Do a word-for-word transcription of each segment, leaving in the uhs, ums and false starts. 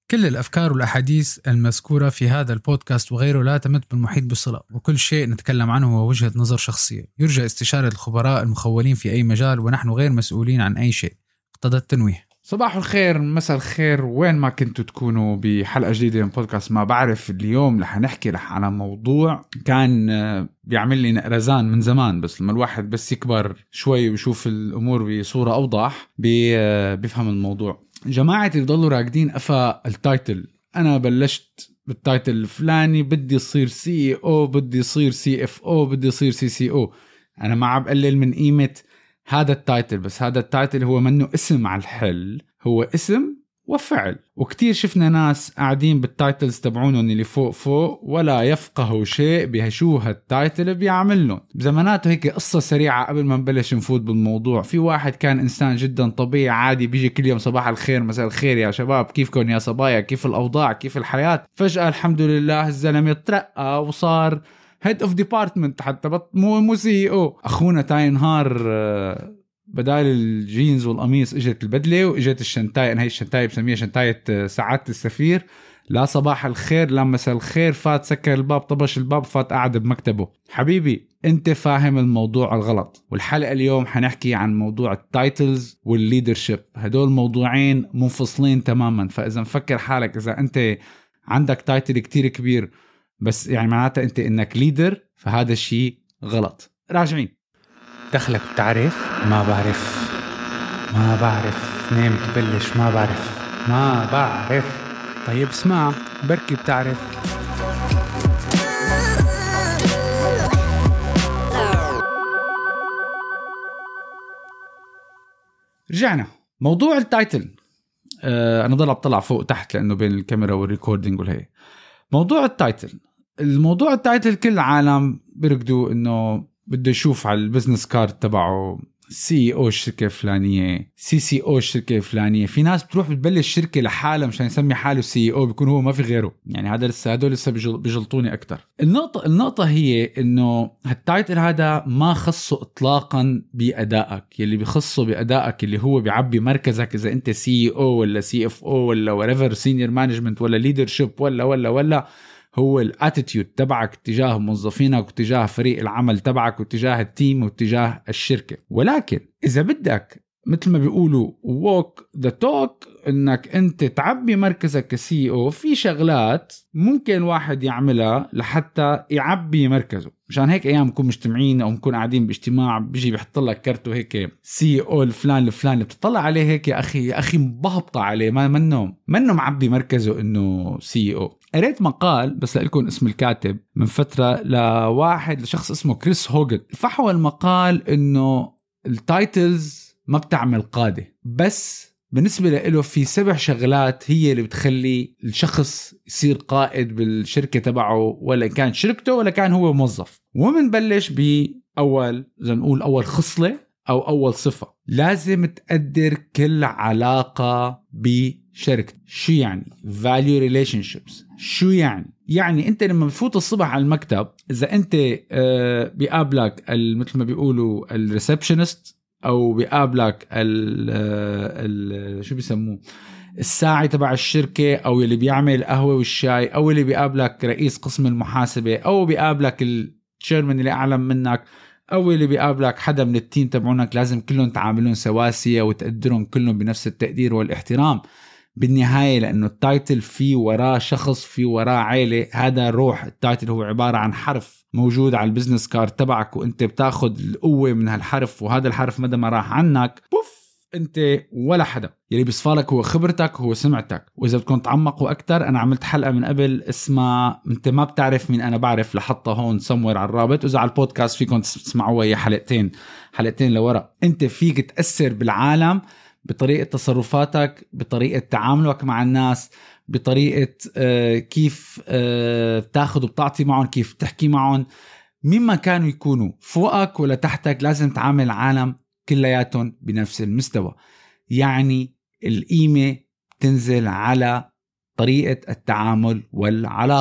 كل الأفكار والأحاديث المذكورة في هذا البودكاست وغيره لا تمت بالمحيط بصلة، وكل شيء نتكلم عنه هو وجهة نظر شخصية يرجى استشارة الخبراء المخولين في أي مجال، ونحن غير مسؤولين عن أي شيء. اقتضى التنويه. صباح الخير، مساء الخير، وين ما كنتوا تكونوا بحلقة جديدة من بودكاست ما بعرف. اليوم رح نحكي رح على موضوع كان بيعمل لي نقرزان من زمان، بس لما الواحد بس يكبر شوي ويشوف الأمور بصورة أوضح بيفهم الموضوع. جماعتي بضلوا راقدين أفا التايتل. أنا بلشت بالتايتل الفلاني، بدي يصير سي او، بدي يصير سي اف او، بدي يصير سي سي او. أنا ما عم بقلل من قيمة هذا التايتل، بس هذا التايتل هو منه اسم على الحل، هو اسم وفعل. وكتير شفنا ناس قاعدين بالتايتلز تبعونهم اللي فوق فوق ولا يفقهوا شيء بهشو هالتايتل بيعملهم. بزماناته هيك قصة سريعة قبل ما نبلش نفوت بالموضوع. في واحد كان إنسان جدا طبيعي عادي، بيجي كل يوم صباح الخير مساء الخير يا شباب، كيفكم يا صبايا، كيف الأوضاع، كيف الحياة. فجأة الحمد لله الزلمة ترقى وصار head of department، حتى بط مو مو سي او. أخونا تاي نهار بدال الجينز والقميص اجت البدله واجت الشنتايه. انا هي الشنتايه بسميها شنتايه سعاده السفير. لا صباح الخير لا مساء الخير، فات سكر الباب طبش الباب فات قاعد بمكتبه. حبيبي انت فاهم الموضوع الغلط. والحلقه اليوم حنحكي عن موضوع التايتلز والليدرشيب. هدول موضوعين منفصلين تماما. فاذا مفكر حالك اذا انت عندك تايتل كتير كبير بس يعني معناته انت انك ليدر، فهذا الشيء غلط. راجعين. دخلك بتعرف؟ ما بعرف ما بعرف نام تبلش ما بعرف ما بعرف. طيب اسمع، بركي بتعرف. رجعنا. موضوع التايتل. آه أنا ضل أطلع فوق تحت لأنه بين الكاميرا والريكوردينج والهي. موضوع التايتل الموضوع التايتل كل العالم بيركضوا إنه بده يشوف على البزنس كارد تبعه سي او الشركة فلانية، سي سي او الشركة فلانية. في ناس بتروح بتبلش شركة لحالها مشان يسمي حاله سي او، بيكون هو ما في غيره. يعني هذا لسه هدول لسه بجل بجلطوني أكتر. النقطة النقطة هي إنه هالتايتل هذا ما خصه إطلاقا بأدائك. يلي بيخصه بأدائك اللي هو بيعبي مركزك، إذا أنت سي او ولا سي اف او ولا whatever senior management ولا leadership ولا ولا ولا هو الاتيتيود تبعك تجاه موظفينك وتجاه فريق العمل تبعك وتجاه التيم وتجاه الشركة. ولكن إذا بدك مثل ما بيقولوا walk the talk، إنك أنت تعبي مركزك كسي او، في شغلات ممكن واحد يعملها لحتى يعبي مركزه. مشان هيك أيام نكون مجتمعين أو نكون قاعدين باجتماع بيجي بيحط لك كرته هيك سي او الفلان الفلان، بتطلع عليه هيك يا أخي يا أخي مبهبطة عليه، ما منه منه معبي مركزه إنه سي او. قريت مقال بس لكم اسم الكاتب من فترة لواحد لشخص اسمه كريس هوجن. فحوى المقال إنه التايتلز ما بتعمل قادة، بس بالنسبة له في سبع شغلات هي اللي بتخلي الشخص يصير قائد بالشركة تبعه، ولا كان شركته ولا كان هو موظف. ومنبلش بأول زي نقول أول خصلة أو أول صفة. لازم تقدر كل علاقة بشركتك. شو يعني value relationships؟ شو يعني؟ يعني أنت لما بفوت الصبح على المكتب، إذا أنت آه بيقابلك مثل ما بيقولوا الريسبشنست، أو بيقابلك ال ال شو بيسموه الساعي تبع الشركة، أو اللي بيعمل قهوة والشاي، أو اللي بيقابلك رئيس قسم المحاسبة، أو بيقابلك الشيرمان اللي أعلم منك، أو اللي بيقابلك حدا من التيم تبعونك، لازم كلهم تعاملون سواسية وتقدرهم كلهم بنفس التقدير والاحترام بالنهاية. لأنه التايتل في وراه شخص، في وراه عائلة. هذا روح التايتل هو عبارة عن حرف موجود على البزنس كارد تبعك، وانت بتاخد القوة من هالحرف، وهذا الحرف مدى ما راح عنك بوف انت ولا حدا. يلي بيصفالك هو خبرتك، هو سمعتك. واذا بدكم تعمقوا اكتر، انا عملت حلقة من قبل اسمها انت ما بتعرف مين انا بعرف، لحطها هون سموير على الرابط. واذا على البودكاست فيكم تسمعوها، هي حلقتين حلقتين لورا. انت فيك تأثر بالعالم بطريقة تصرفاتك، بطريقة تعاملك مع الناس، بطريقة آه كيف آه تاخد وبتعطي معهم، كيف تحكي معهم. مما كانوا يكونوا فوقك ولا تحتك، لازم تعامل العالم كلياتهم بنفس المستوى. يعني القيمة تنزل على طريقة التعامل والعلاقة.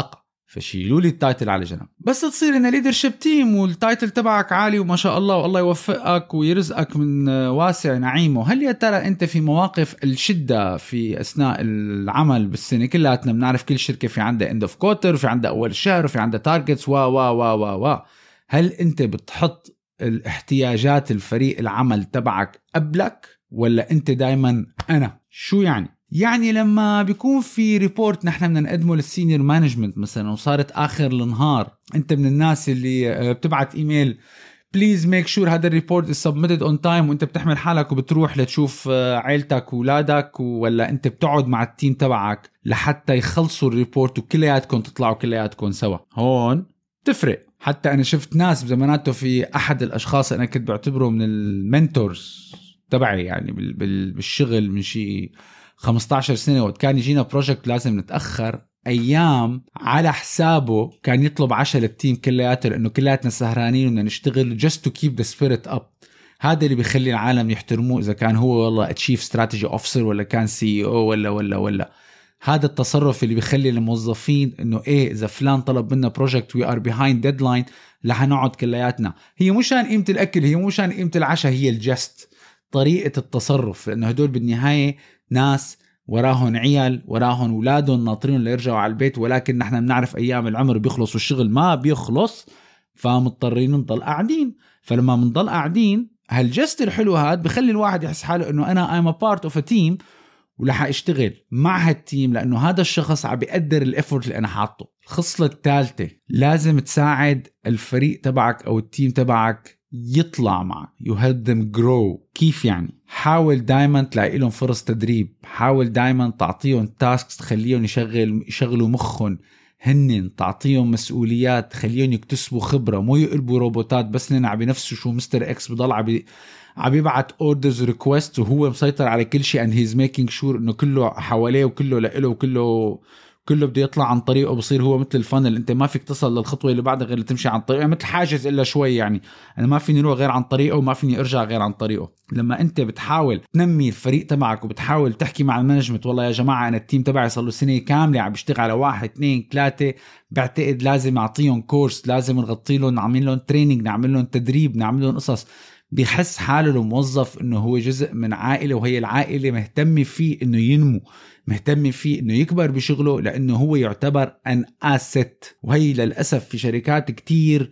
فشيلوا لي التايتل على جنب. بس تصير إن ليدرشيب تيم والتايتل تبعك عالي وما شاء الله والله يوفقك ويرزقك من واسع نعيمه، هل يا ترى أنت في مواقف الشدة في أثناء العمل بالسنة كلاتنا بنعرف كل شركة في عندها end of quarter وفي عندها أول الشهر وفي عندها targets وا وا وا وا وا هل أنت بتحط الاحتياجات الفريق العمل تبعك قبلك ولا أنت دايما أنا؟ شو يعني؟ يعني لما بيكون في ريبورت نحن بدنا نقدمه للسينيور مانجمنت مثلا وصارت آخر النهار، أنت من الناس اللي بتبعت إيميل بليز ميك شور هذا الريبورت is submitted on time وأنت بتحمل حالك وبتروح لتشوف عائلتك وولادك، ولا أنت بتقعد مع التيم تبعك لحتى يخلصوا الريبورت وكلياتكم تطلعوا كلياتكم سوا؟ هون تفرق. حتى أنا شفت ناس بزماناته، في أحد الأشخاص أنا كنت بعتبره من المنتورز تبعي يعني بالشغل من شيء خمسة عشر سنة، وقت كان يجينا بروجكت لازم نتأخر أيام على حسابه كان يطلب عشاء للتيم كلياته لأنه كلياتنا سهرانين وبدنا نشتغل just to keep the spirit up. هذا اللي بيخلي العالم يحترموه إذا كان هو والله chief strategy officer ولا كان سي او ولا ولا ولا هذا التصرف اللي بيخلي الموظفين إنه إيه إذا فلان طلب منا بروجكت we are behind deadline رح نقعد كلياتنا. هي مش عن قيمة الأكل، هي مش عن قيمة العشاء، هي الجست، طريقة التصرف، لأنه هدول بالنهاية ناس وراهن عيال وراهن أولادهم ناطرين ليرجعوا على البيت، ولكن نحن بنعرف أيام العمر بيخلص والشغل ما بيخلص، فمضطرين نضل قاعدين. فلما منضل قاعدين هالجست الحلو هاد بخلي الواحد يحس حاله إنه أنا I'm a part of a team ولح اشتغل مع هالتيم لأنه هذا الشخص عم بيقدر الإفورت اللي أنا حاطه. الخصلة الثالثة لازم تساعد الفريق تبعك أو التيم تبعك يطلع معك. you help them grow. كيف يعني؟ حاول دايما تلاقي لهم فرص تدريب، حاول دايما تعطيهم تاسكس تخليهم يشغل يشغلوا مخهم هنن، تعطيهم مسؤوليات تخليهم يكتسبوا خبرة، مو يقلبوا روبوتات بس لنا عم بنفسه شو مستر اكس بضل عم عم يبعت اوردرز وريكوست وهو مسيطر على كل شيء and he's making sure انه كله حواليه وكله لإله وكله كله بده يطلع عن طريقه. بصير هو مثل الفنل، انت ما فيك تصل للخطوه اللي بعدها غير تمشي عن طريقه، مثل حاجز الا شوي، يعني انا ما فيني اروح غير عن طريقه وما فيني ارجع غير عن طريقه. لما انت بتحاول تنمي الفريق تبعك وبتحاول تحكي مع المانجمنت والله يا جماعه انا التيم تبعي صار له سنه كامله عم بيشتغل على واحد اثنين ثلاثه، بعتقد لازم اعطيهم كورس، لازم نغطي لهم، نعمل لهم تريننج، نعمل لهم تدريب، نعمل لهم قصص، بيحس حاله الموظف انه هو جزء من عائله وهي العائله مهتمه فيه انه ينمو، مهتم فيه انه يكبر بشغله، لانه هو يعتبر ان اسيت. وهي للاسف في شركات كتير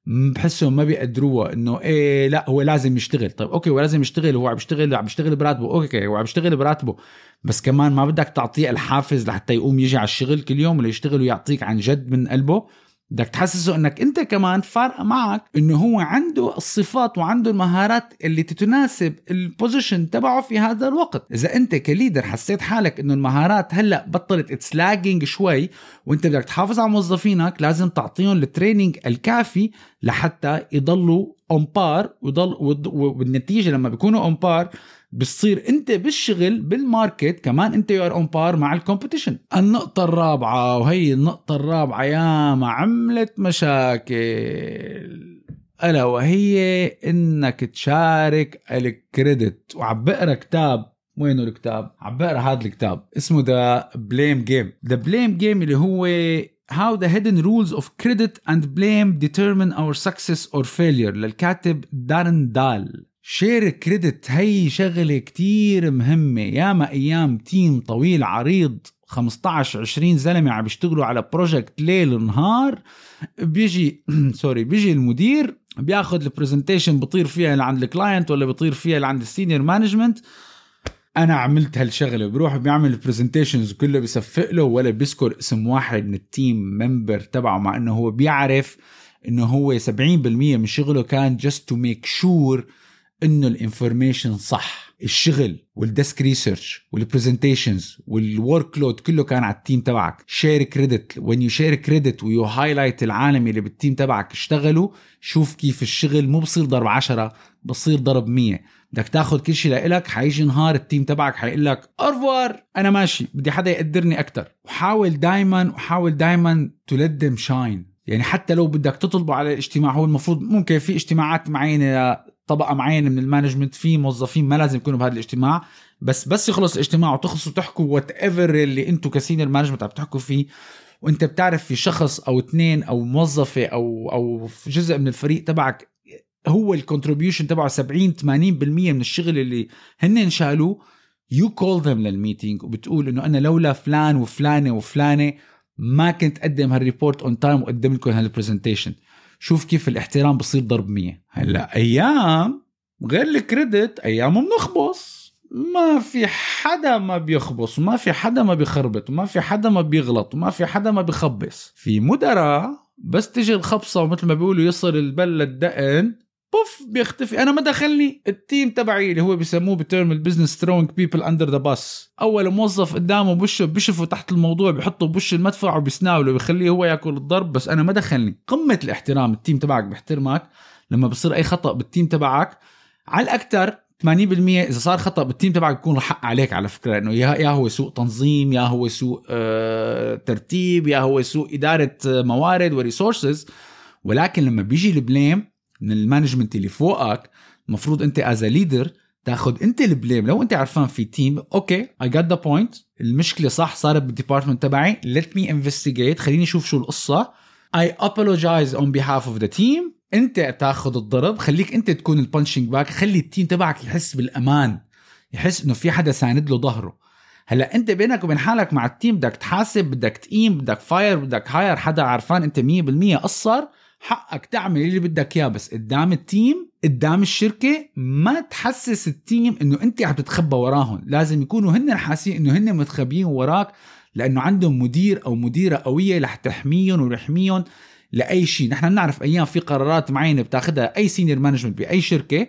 بحسهم ما بيقدروها، انه ايه لا هو لازم يشتغل. طيب اوكي هو لازم يشتغل، هو عم يشتغل عم يشتغل براتبه، اوكي هو عم يشتغل براتبه، بس كمان ما بدك تعطيه الحافز لحتى يقوم يجي على الشغل كل يوم ولا يشتغل ويعطيك عن جد من قلبه. بدك تحسسه انك انت كمان فارق معك، انه هو عنده الصفات وعنده المهارات اللي تتناسب البوزيشن تبعه في هذا الوقت. اذا انت كليدر حسيت حالك انه المهارات هلا بطلت اتس لاجينج شوي وانت بدك تحافظ على موظفينك، لازم تعطيهم التريننج الكافي لحتى يضلوا اون بار، ويضل والنتيجه لما بيكونوا اون بار بتصير انت بالشغل بالماركت كمان انت يو ار اون بار مع الكومبيتيشن. النقطه الرابعه، وهي النقطه الرابعه يا ما عملت مشاكل، الا وهي انك تشارك الكريدت. وعم بقرا كتاب، وينه الكتاب؟ عم بقرا هذا الكتاب اسمه The Blame Game. The Blame Game اللي هو How the Hidden Rules of Credit and Blame Determine Our Success or Failure للكاتب دارن دال. شير كريدت هي شغلة كتير مهمة. ياما ايام تيم طويل عريض خمسة عشر عشرين زلمة عم بيشتغلوا على بروجكت ليل نهار، بيجي سوري بيجي المدير بياخد البرزنتيشن بطير فيها لعند الكلاينت ولا بيطير فيها لعند السينيور مانجمنت، انا عملت هالشغله، بروح بيعمل البرزنتيشنز وكله بيصفق له ولا بيذكر اسم واحد من التيم ممبر تبعه، مع انه هو بيعرف انه هو سبعين بالمية من شغله كان just to make sure انه الانفورميشن صح. الشغل والديسك ريسيرش والبرزنتيشنز والورك لود كله كان على التيم تبعك. شير كريدت، when you share credit ويو هايلايت العالم اللي بالتيم تبعك اشتغلوا، شوف كيف الشغل مو بصير ضرب عشرة، بصير ضرب مية. بدك تاخد كل شيء لإلك، حيجي نهار التيم تبعك حيقول لك أرفوار أنا ماشي بدي حدا يقدرني أكتر. وحاول دايما وحاول دايما to let them shine. يعني حتى لو بدك تطلبوا على الاجتماع، هو المفروض ممكن في اجتماعات معينة طبقة معينة من المانجمنت، في موظفين ما لازم يكونوا بهذا الاجتماع، بس بس يخلص الاجتماع وتخلصوا تحكوا whatever اللي انتوا كسينيور مانجمنت عم تحكوا فيه، وانت بتعرف في شخص او اثنين او موظفة او او جزء من الفريق تبعك هو الكونتريبيوشن تبعه سبعين ثمانين بالمية من الشغل اللي هن شالوه، you call them للميتينج وبتقول انه انا لولا فلان وفلانة وفلانة ما كنت اقدم هالريبورت اون تايم وقدم لكم هالبرزنتيشن. شوف كيف الاحترام بصير ضرب مية. هلا ايام غير الكريدت ايام بنخبص، ما في حدا ما بيخبص وما في حدا ما بيخربط وما في حدا ما بيغلط وما في حدا ما بيخبص. في مدراء بس تجي الخبصة ومثل ما بيقولوا يصل البلة الدقن بوف بيختفي. انا ما دخلني التيم تبعي اللي هو بيسموه بترم البزنس throwing people under the bus. اول موظف قدامه بشه بشفه تحت الموضوع بيحطه بوش المدفع وبيسناوله بيخليه هو ياكل الضرب، بس انا ما دخلني. قمة الاحترام، التيم تبعك بيحترمك. لما بصير اي خطأ بالتيم تبعك على الاكثر ثمانين بالمية اذا صار خطأ بالتيم تبعك بيكون حق عليك على فكرة، انه يا يا هو سوء تنظيم، يا هو سوء آه ترتيب، يا هو سوء ادارة موارد وريسورسز. ولكن لما بيجي البليم من المانجمنت اللي فوقك مفروض انت as a leader تاخد انت البليم. لو انت عارفان في تيم اوكي I got the point، المشكلة صح صارت بالديبارتمنت تبعي، let me investigate، خليني اشوف شو القصة، I apologize on behalf of the team. انت تاخد الضرب، خليك انت تكون البانشنج باك، خلي التيم تبعك يحس بالامان، يحس انه في حدا ساند له ظهره. هلا انت بينك وبين حالك مع التيم بدك تحاسب، بدك تقيم، بدك فاير، بدك هاير حدا عارفان انت مية بالمية قصر، حقك تعمل اللي بدك اياه. بس قدام التيم قدام الشركة ما تحسس التيم انه انت عم تتخبى وراهم. لازم يكونوا هن حاسين انه هن متخبيين وراك، لانه عندهم مدير او مديرة قوية رح تحميهم ورحميهم لأي شيء. نحن بنعرف أيام في قرارات معينة بتاخدها أي سينيور مانجمنت بأي شركة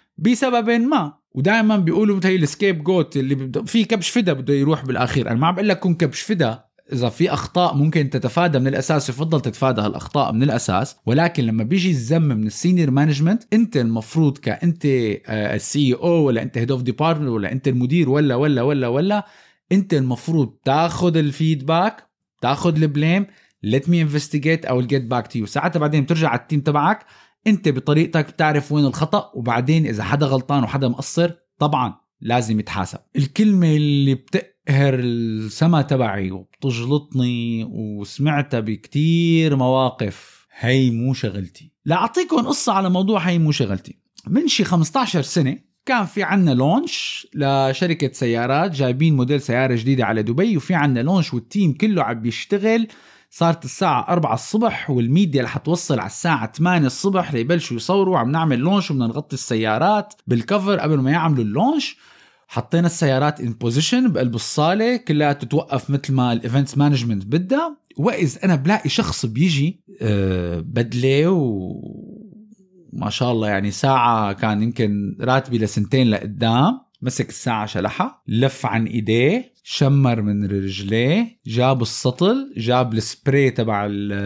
بسبب ما، ودائما بيقولوا هي السكيب جوت اللي في كبش فدا بده يروح بالأخير. أنا ما بقول لك كن كبش فدا، إذا في أخطاء ممكن تتفادى من الأساس يفضل تتفادى هالأخطاء من الأساس. ولكن لما بيجي الزم من السينيور مانجمنت أنت المفروض كأنت السي او ولا أنت هيد اوف ديبارتمنت ولا أنت المدير ولا ولا ولا ولا أنت المفروض تاخد الفيدباك، تاخد البليم، let me investigate I will get back to you. ساعتها بعدين بترجع على التيم تبعك انت بطريقتك بتعرف وين الخطأ، وبعدين اذا حدا غلطان وحدا مقصر طبعا لازم يتحاسب. الكلمة اللي بتقهر السما تبعي وبتجلطني وسمعتها بكتير مواقف، هي مو شغلتي. لا أعطيكم قصة على موضوع هي مو شغلتي. من شي خمسة عشر سنة كان في عنا لونش لشركة سيارات، جايبين موديل سيارة جديدة على دبي، وفي عنا لونش والتيم كله عم بيشتغل. صارت الساعة أربعة الصبح والميديا رح توصل على الساعة ثمانية الصبح ليبلشوا يصوروا. عم نعمل لونش وبدنا نغطي السيارات بالكفر قبل ما يعملوا اللونش. حطينا السيارات in position بقلب الصالة كلها تتوقف مثل ما الايفنتس مانجمنت بدها. وإذ أنا بلاقي شخص بيجي أه بدلة وما شاء الله يعني ساعة كان يمكن راتبي لسنتين لقدام، مسك الساعة شلحها، لف عن ايديه، شمر من رجليه، جاب السطل، جاب السبراي تبع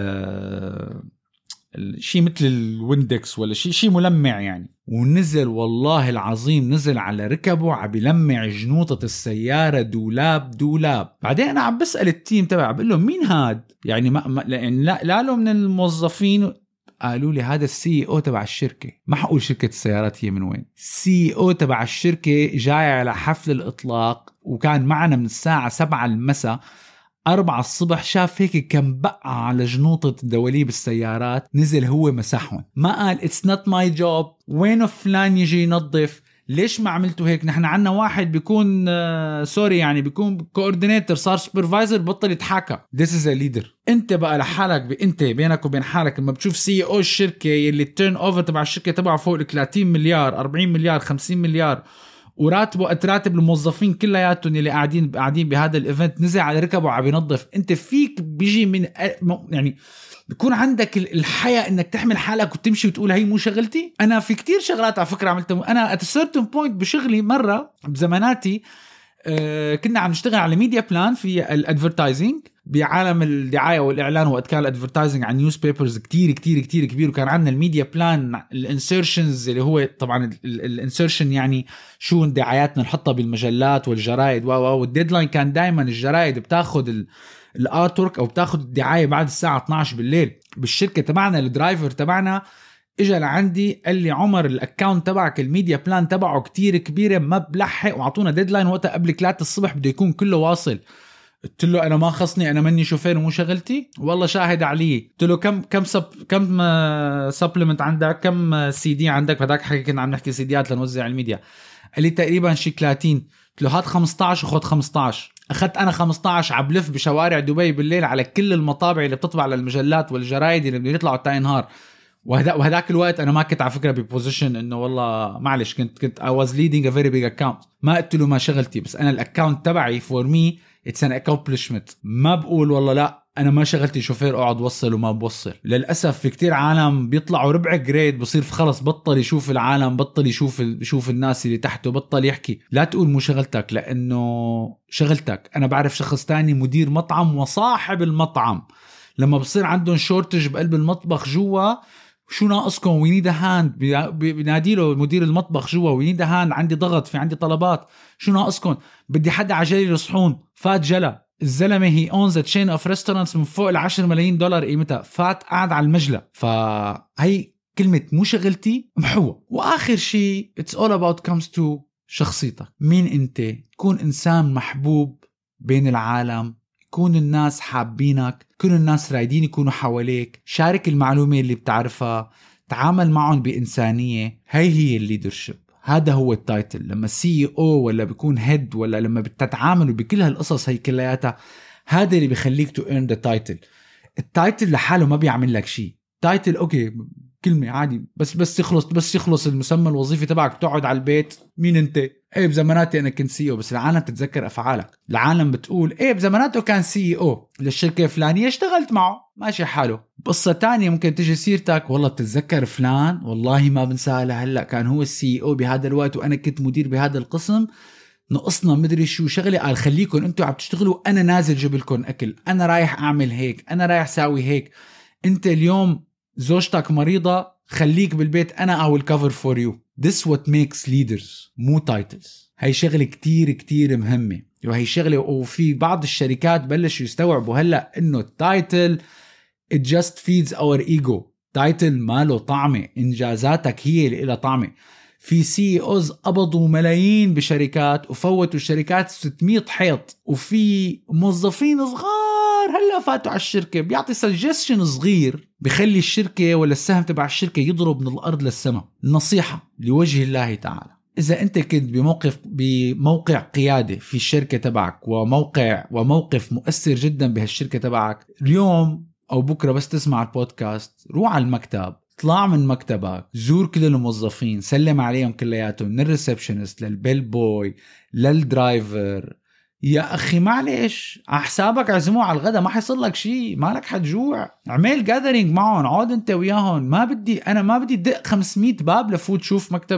الشي مثل الويندكس ولا شي شي ملمع يعني، ونزل والله العظيم نزل على ركبه عم بيلمع جنوطة السيارة دولاب دولاب. بعدين أنا عم بسأل التيم تبع بقول له مين هاد يعني ما, ما لا لا له من الموظفين. قالوا لي هذا السي او تبع الشركة. ما حقول شركة السيارات هي من وين، سي او تبع الشركة جاي على حفل الإطلاق وكان معنا من الساعة سبعة المساء أربعة الصبح. شاف هيك كم بقى على جنوطة دواليب السيارات، نزل هو مسحهم. ما قال it's not my job، وينه فلان يجي ينظف، ليش ما عملتوا هيك؟ نحن عنا واحد بيكون آه سوري يعني بيكون كوردينيتور صار سوبرفايزر بطل يتحاكى. this is a leader. انت بقى لحالك، انت بينك وبين حالك لما بتشوف سي او الشركة يلي التيرن اوفر تبع الشركة تبعه فوق ال ثلاثين مليار أربعين مليار خمسين مليار، وراتبه اتراتب الموظفين كلياتهم اللي قاعدين قاعدين بهذا الايفنت، نزل على ركبه وعم ينظف. انت فيك بيجي من يعني بيكون عندك الحياة انك تحمل حالك وتمشي وتقول هي مو شغلتي. انا في كتير شغلات على فكرة عملتها انا at a certain point بشغلي. مرة بزماناتي آه كنا عم نشتغل على ميديا بلان في الادفرتايزنج بعالم الدعاية والإعلان. وقت كان الادفرتايزنج عن نيوز بيبرز كتير كتير كتير كبير، وكان عندنا الميديا بلان الانسيرشنز اللي هو طبعا الانسيرشن يعني شو دعاياتنا نحطها بالمجلات والجرائد و والديدلاين كان دايما الجرائد بتاخد الارتورك او بتاخد الدعاية بعد الساعة اثناشر بالليل. بالشركة تبعنا الدرايفر تبعنا اجى لعندي قال لي عمر الاكاونت تبعك الميديا بلان تبعه كتير كبيرة ما بلحق، وعطونا ديدلاين وقتها قبل ثلاثة الصبح بده يكون كله واصل. قلت له انا ما خصني، انا مني شوفير ومو شغلتي، والله شاهد علي. قلت له كم كم سب كم سبلمنت عندك، كم سي دي عندك؟ فداك حكي كنا عم نحكي سيديات لنوزع على الميديا. قال لي تقريبا شي ثلاثين. قلت له هات خمسطعش وخذ خمسطعش. اخذت انا خمسطعش، عبلف بشوارع دبي بالليل على كل المطابع اللي بتطبع للمجلات والجرايد اللي بدهم يطلعوا تاي نهار. وهذا وهذاك الوقت انا ما كنت على فكره ببوزيشن انه والله معلش، كنت كنت I was leading a very big account. ما قلت له ما شغلتي، بس انا الاكاونت تبعي for me it's an accomplishment. ما بقول والله لا انا ما شغلتي شوفير اقعد وصل وما بوصل. للاسف في كتير عالم بيطلعوا ربع جريد بصير خلص بطل يشوف العالم، بطل يشوف يشوف الناس اللي تحته، بطل يحكي. لا تقول مو شغلتك، لانه شغلتك. انا بعرف شخص تاني مدير مطعم وصاحب المطعم، لما بصير عندهم شورتج بقلب المطبخ جوا، شو ناقصكم؟ وي نيد هاند. بنادي له مدير المطبخ جوا وي نيد هاند، عندي ضغط، في عندي طلبات، شو ناقصكم؟ بدي حدا عجلي الصحون. فات جلا الزلمه هي اونز تشين اوف ريستورانتس من فوق العشر ملايين دولار قيمتها، فات قاعد على المجلى. فهي كلمه مو شغلتي محوه. واخر شيء it's all about comes to شخصيتك. مين انت؟ تكون انسان محبوب بين العالم، يكون الناس حابينك، يكون الناس رايدين يكونوا حواليك، شارك المعلومة اللي بتعرفها، تعامل معهم بإنسانية. هاي هي الليدرشيب، هذا هو التايتل. لما سي او ولا بيكون هيد، ولا لما بتتعاملوا بكل هالقصص هي كلياتها، هذا اللي بيخليك تو earn the title. التايتل لحاله ما بيعمل لك شيء. تايتل اوكي كلمة عادي، بس بس يخلص بس يخلص المسمى الوظيفي تبعك بتقعد على البيت. مين انت؟ ايه بزماناتي انا كنت سي او. بس العالم تتذكر افعالك. العالم بتقول ايه بزماناته كان سي او للشركة الفلانية، اشتغلت معه ماشي حاله. قصة تانية ممكن تجي سيرتك، والله بتتذكر فلان، والله ما بنساه لهلا، كان هو السي او بهذا الوقت وانا كنت مدير بهذا القسم، نقصنا مدري شو شغلي. قال خليكم انتوا عم تشتغلوا، انا نازل جيب لكم اكل، انا رايح اعمل هيك، انا رايح ساوي هيك. انت اليوم زوجتك مريضة، خليك بالبيت، أنا I will cover for you. This what makes leaders، مو titles. هاي شغلة كتير كتير مهمة، وهي شغلة وفي بعض الشركات بلشوا يستوعبوا هلأ إنه التايتل it just feeds our ego. تايتل ماله طعمة، إنجازاتك هي اللي إلها طعمة. في سي اوز قبضوا ملايين بشركات وفوتوا الشركات ستمية حيط، وفي موظفين صغار هلا فاتوا على الشركة بيعطي سجستشن صغير بخلي الشركة ولا السهم تبع الشركة يضرب من الأرض للسماء. النصيحة لوجه الله تعالى، إذا أنت كنت بموقف بموقع قيادة في الشركة تبعك، وموقع وموقف مؤثر جدا بهالشركة تبعك، اليوم أو بكرة بس تسمع البودكاست، روح على المكتب، طلع من مكتبك، زور كل الموظفين، سلم عليهم كلياتهم، من الريسبشنست للبيل بوي للدرايفر. يا أخي معلش على حسابك، عزموه على الغداء، ما حيصل لك شيء، مالك حتجوع. عمل جاذرينج معهم، عود انت وياهم. ما بدي انا ما بدي دق خمسمية باب لفوت شوف مكتب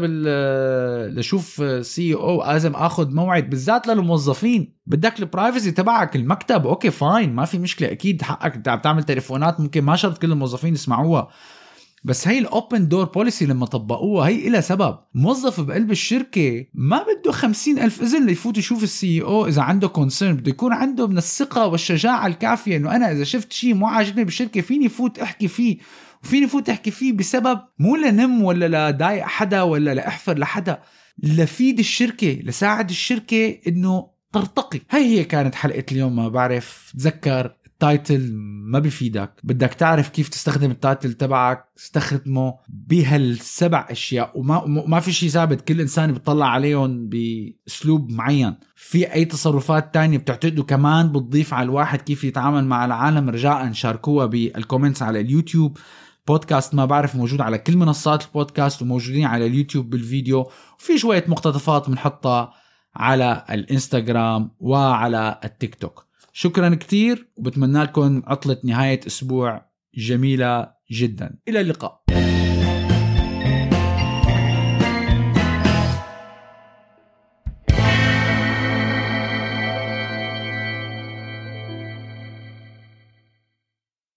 لشوف سي او. لازم اخذ موعد بالذات للموظفين. بدك البرايفسي تبعك، المكتب اوكي فاين ما في مشكله، اكيد حقك بتعمل تليفونات، ممكن ما شرط كل الموظفين يسمعوها، بس هاي الأوبن دور بوليسي لما طبقوها هاي إلى سبب. موظف بقلب الشركة ما بده خمسين ألف إذن ليفوت يشوف السي او. إذا عنده كونسيرن بده يكون عنده من الثقة والشجاعة الكافية إنه أنا إذا شفت شيء مو عاجبني بالشركة فيني فوت أحكي فيه، وفيني فوت أحكي فيه بسبب مو لنم ولا لدايق حدا ولا لأحفر لحدا، لفيد الشركة، لساعد الشركة إنه ترتقي. هاي هي كانت حلقة اليوم. ما بعرف، تذكر التايتل ما بيفيدك، بدك تعرف كيف تستخدم التايتل تبعك، تستخدمه بهالسبع اشياء. وما ما في شيء ثابت، كل انسان بيطلع عليهم باسلوب معين. في اي تصرفات تانية بتعتقدوا كمان بتضيف على الواحد كيف يتعامل مع العالم، رجاء شاركوها بالكومنتس على اليوتيوب. بودكاست ما بعرف موجود على كل منصات البودكاست، وموجودين على اليوتيوب بالفيديو، وفي شوية مقتطفات بنحطها على الانستغرام وعلى التيك توك. شكرا كتير، وبتمنى لكم عطلة نهاية أسبوع جميلة جدا. إلى اللقاء.